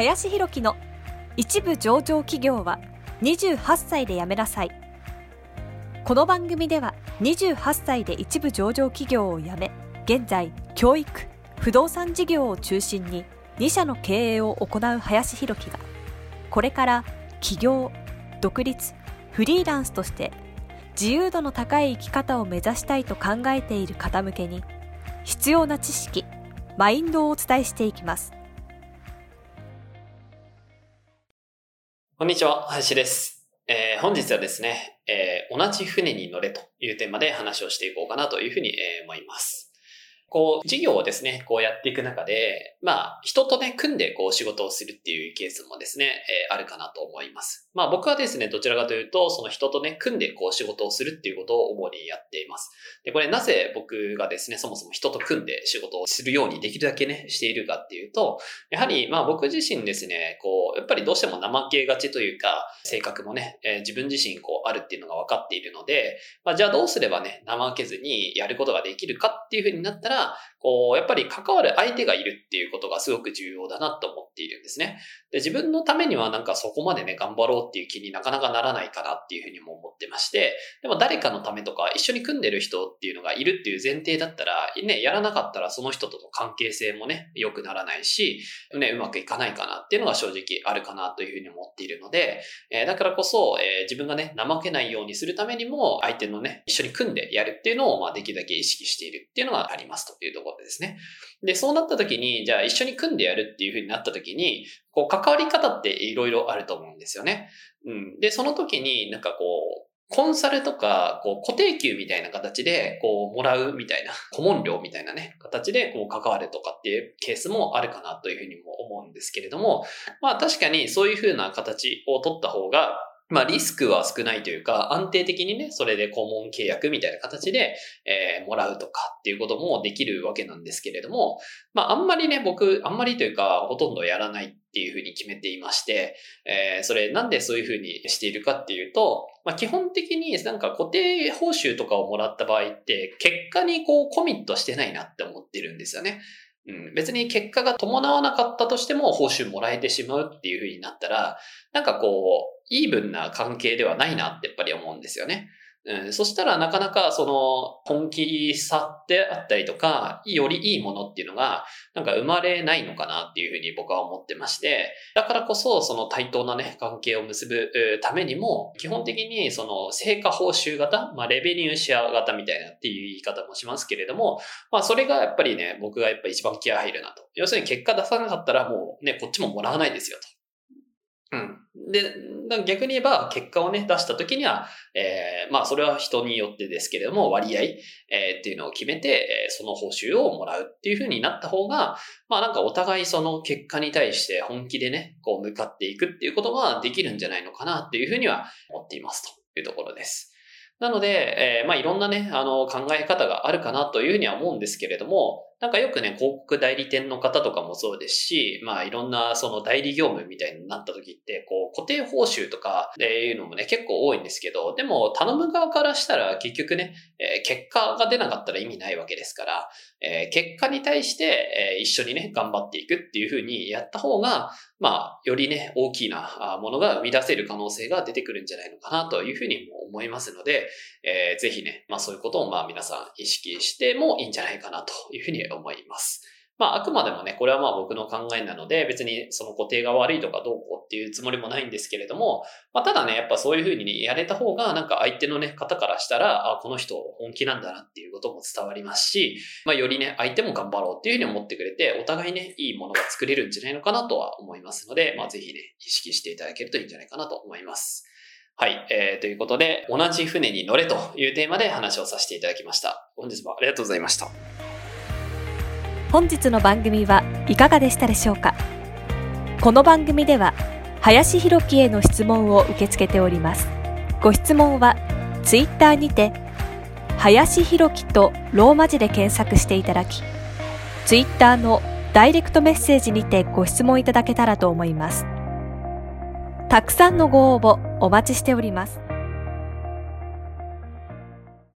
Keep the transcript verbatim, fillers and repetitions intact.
林弘樹の一部上場企業はにじゅうはっさいで辞めなさい。この番組ではにじゅうはっさいで一部上場企業を辞め、現在教育、不動産事業を中心にに社の経営を行う林弘樹が、これから起業、独立、フリーランスとして自由度の高い生き方を目指したいと考えている方向けに必要な知識、マインドをお伝えしていきます。 こんにちは、林です。えー、本日はですね、えー、同じ船に乗れというテーマで話をしていこうかなというふうに、えー、思います。こう、事業をですね、こうやっていく中で、まあ、人とね、組んでこう仕事をするっていうケースもですね、えー、あるかなと思います。まあ僕はですね、どちらかというと、その人とね、組んでこう仕事をするっていうことを主にやっています。で、これなぜ僕がですね、そもそも人と組んで仕事をするようにできるだけね、しているかっていうと、やはりまあ僕自身ですね、こう、やっぱりどうしても怠けがちというか、性格もね、えー、自分自身こうあるっていうのが分かっているので、まあじゃあどうすればね、怠けずにやることができるかっていうふうになったら、こう、やっぱり関わる相手がいるっていうことがすごく重要だなと思っているんですね。で、自分のためにはなんかそこまでね、頑張ろうっていう気になかなかならないかなっていうふうにも思ってまして、でも誰かのためとか一緒に組んでる人っていうのがいるっていう前提だったら、ね、やらなかったらその人との関係性もね、良くならないし、ね、うまくいかないかなっていうのが正直あるかなというふうに思っているので、えー、だからこそ、えー、自分がね、怠けないようにするためにも、相手のね、一緒に組んでやるっていうのを、まあ、できるだけ意識しているっていうのがありますというところでですね。で、そうなった時に、じゃあ一緒に組んでやるっていう風になった時に、こう、関わり方っていろいろあると思うんですよね。うん。で、その時になんかこう、コンサルとか、こう、固定給みたいな形で、こう、もらうみたいな、顧問料みたいなね、形で、こう、関わるとかっていうケースもあるかなというふうにも思うんですけれども、まあ確かにそういうふうな形を取った方が、まあリスクは少ないというか、安定的にね、それで顧問契約みたいな形で、えー、もらうとかっていうこともできるわけなんですけれども、まああんまりね、僕、あんまりというか、ほとんどやらないっていうふうに決めていまして、えー、それなんでそういうふうにしているかっていうと、まあ基本的になんか固定報酬とかをもらった場合って、結果にこうコミットしてないなって思ってるんですよね。うん、別に結果が伴わなかったとしても報酬もらえてしまうっていう風になったら、なんかこう、イーブンな関係ではないなってやっぱり思うんですよね。うん、そしたらなかなかその本気さであったりとか、よりいいものっていうのがなんか生まれないのかなっていうふうに僕は思ってまして、だからこそその対等なね、関係を結ぶためにも、基本的にその成果報酬型、まあレベニューシェア型みたいなっていう言い方もしますけれども、まあそれがやっぱりね、僕がやっぱ一番気合入るなと。要するに結果出さなかったらもうね、こっちももらわないですよと。うん。で、逆に言えば結果をね、出した時には、えー、まあそれは人によってですけれども、割合、えー、っていうのを決めて、えー、その報酬をもらうっていう風になった方が、まあなんかお互いその結果に対して本気でね、こう向かっていくっていうことができるんじゃないのかなっていう風には思っていますというところです。なので、えー、まあいろんなね、あの考え方があるかなというふうには思うんですけれども、なんかよくね、広告代理店の方とかもそうですし、まあいろんなその代理業務みたいになった時って、こう固定報酬とかっていうのもね、結構多いんですけど、でも頼む側からしたら結局ね、えー、結果が出なかったら意味ないわけですから、えー、結果に対して、えー、一緒にね、頑張っていくっていうふうにやった方が、まあ、よりね、大きなものが生み出せる可能性が出てくるんじゃないのかなというふうにも思いますので、えー、ぜひね、まあそういうことをまあ皆さん意識してもいいんじゃないかなというふうに思います。まああくまでもね、これはまあ僕の考えなので、別にその固定が悪いとかどうこうっていうつもりもないんですけれども、まあただね、やっぱそういうふうにやれた方がなんか相手のね、方からしたら、あ、この人本気なんだなっていうことも伝わりますし、まあよりね、相手も頑張ろうっていうふうに思ってくれて、お互いね、いいものが作れるんじゃないのかなとは思いますので、まあぜひね、意識していただけるといいんじゃないかなと思います。はい、えー、ということで、同じ船に乗れというテーマで話をさせていただきました。本日もありがとうございました。 本日の番組はいかがでしたでしょうか。この番組では林弘樹への質問を受け付けております。ご質問はツイッターにて林弘樹とローマ字で検索していただき、ツイッターのダイレクトメッセージにてご質問いただけたらと思います。たくさんのご応募お待ちしております。